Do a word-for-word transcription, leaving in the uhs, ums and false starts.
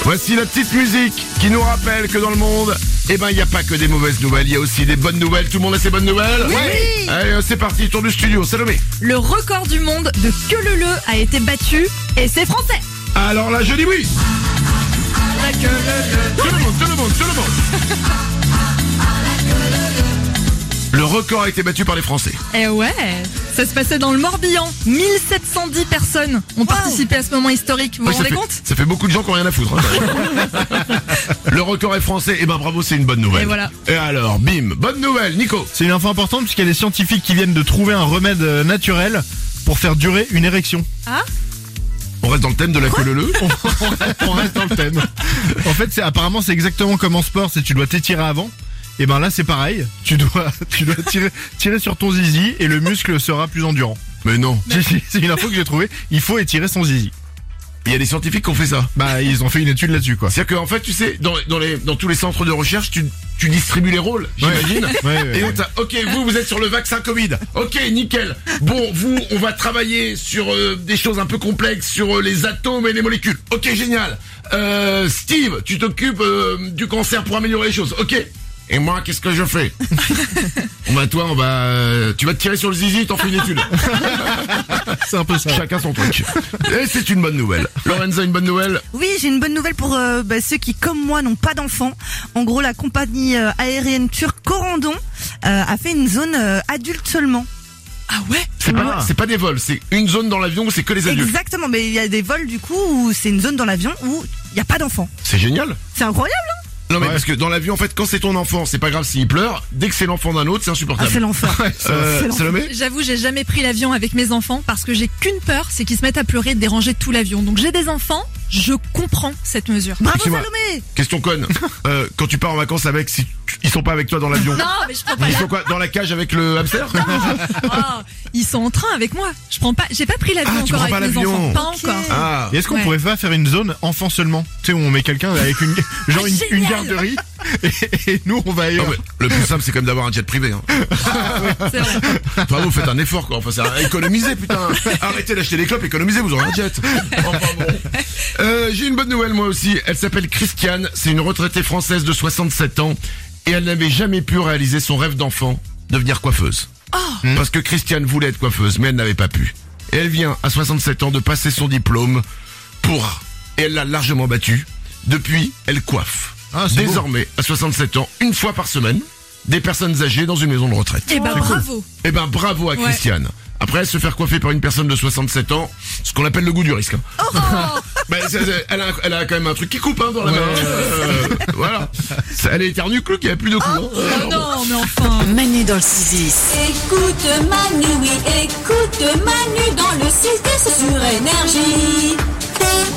Voici la petite musique qui nous rappelle que dans le monde, eh ben, il n'y a pas que des mauvaises nouvelles, il y a aussi des bonnes nouvelles. Tout le monde a ses bonnes nouvelles? Oui. Allez, c'est parti, tour du studio, Salomé. Le record du monde de queue-leu-leu a été battu et c'est français. Alors là, je dis oui. Tout le monde, tout le monde, tout le monde. Le record a été battu par les Français. Eh ouais, ça se passait dans le Morbihan. mille sept cent dix personnes ont wow. participé à ce moment historique. Vous vous ouais, rendez fait, compte? Ça fait beaucoup de gens qui n'ont rien à foutre. Hein, le record est français. Et ben bravo, c'est une bonne nouvelle. Et voilà. Et alors, bim, bonne nouvelle, Nico. C'est une info importante puisqu'il y a des scientifiques qui viennent de trouver un remède naturel pour faire durer une érection. Ah? On reste dans le thème de la queue-leu-leu. On reste dans le thème. En fait, c'est apparemment c'est exactement comme en sport, c'est tu dois t'étirer avant. Et ben là c'est pareil, tu dois tu dois tirer tirer sur ton zizi et le muscle sera plus endurant. Mais non. C'est, c'est une info que j'ai trouvée, il faut étirer son zizi. Il y a des scientifiques qui ont fait ça. Bah ils ont fait une étude là-dessus quoi. C'est-à-dire qu'en fait tu sais dans dans les dans tous les centres de recherche tu tu distribues les rôles, j'imagine. Ouais, ouais, ouais, et on ouais. t'a OK, vous vous êtes sur le vaccin Covid. OK, nickel. Bon, vous on va travailler sur euh, des choses un peu complexes sur euh, les atomes et les molécules. OK, génial. Euh Steve, tu t'occupes euh, du cancer pour améliorer les choses. OK. Et moi, qu'est-ce que je fais? Bon bah toi, on va, euh, tu vas te tirer sur le zizi, t'en fais une étude. C'est un peu ça. Chacun son truc. Et c'est une bonne nouvelle. Lorenza, une bonne nouvelle? Oui, j'ai une bonne nouvelle pour euh, bah, ceux qui, comme moi, n'ont pas d'enfants. En gros, la compagnie euh, aérienne turque Corendon euh, a fait une zone euh, adulte seulement. Ah ouais? C'est pas, c'est pas des vols, c'est une zone dans l'avion où c'est que les adultes. Exactement, mais il y a des vols du coup où c'est une zone dans l'avion où il n'y a pas d'enfants. C'est génial. C'est incroyable, hein? Non mais ouais. parce que dans l'avion en fait quand c'est ton enfant c'est pas grave s'il pleure, dès que c'est l'enfant d'un autre c'est insupportable. Ah, c'est l'enfer. euh, c'est l'enfer. Salomé? J'avoue, j'ai jamais pris l'avion avec mes enfants parce que j'ai qu'une peur, c'est qu'ils se mettent à pleurer et de déranger tout l'avion. Donc j'ai des enfants, je comprends cette mesure. Bravo Excuse-moi. Salomé. Question conne. euh, quand tu pars en vacances avec, si tu- ils sont pas avec toi dans l'avion. Non, mais je prends pas Ils la... sont quoi dans la cage avec le hamster? Ah, ils sont en train avec moi. Je prends pas, j'ai pas pris l'avion Ah, tu encore prends pas avec mes l'avion. enfants, pas Ok. encore. Ah. Et est-ce qu'on Ouais. pourrait pas faire une zone enfant seulement? Tu sais où on met quelqu'un avec une genre une, une garderie et, et nous on va Non, ailleurs. mais le plus simple c'est quand même d'avoir un jet privé. Hein. C'est vrai. Enfin vous faites un effort quoi. Enfin c'est économiser putain. Arrêtez d'acheter des clopes, économisez, vous aurez un jet. Enfin bon. Euh, j'ai une bonne nouvelle moi aussi. Elle s'appelle Christiane. C'est une retraitée française de soixante-sept ans et elle n'avait jamais pu réaliser son rêve d'enfant, devenir coiffeuse. Oh. Parce que Christiane voulait être coiffeuse, mais elle n'avait pas pu. Et elle vient à soixante-sept ans de passer son diplôme pour, et elle l'a largement battu. Depuis, elle coiffe. Ah, c'est Désormais, à soixante-sept ans, une fois par semaine, des personnes âgées dans une maison de retraite. Eh ben, C'est cool. bravo. Eh ben bravo à Ouais. Christiane. Après, se faire coiffer par une personne de soixante-sept ans, ce qu'on appelle le goût du risque. Hein. Oh. Ben, c'est- c'est- elle, a, elle a quand même un truc qui coupe hein, dans la main. Euh, voilà. Ça- Elle est éternue, clou, qu'il n'y a plus de coups. hein. Oh non, mais enfin. Manu dans le six dix. Écoute Manu, oui, écoute Manu dans le six dix sur Énergie.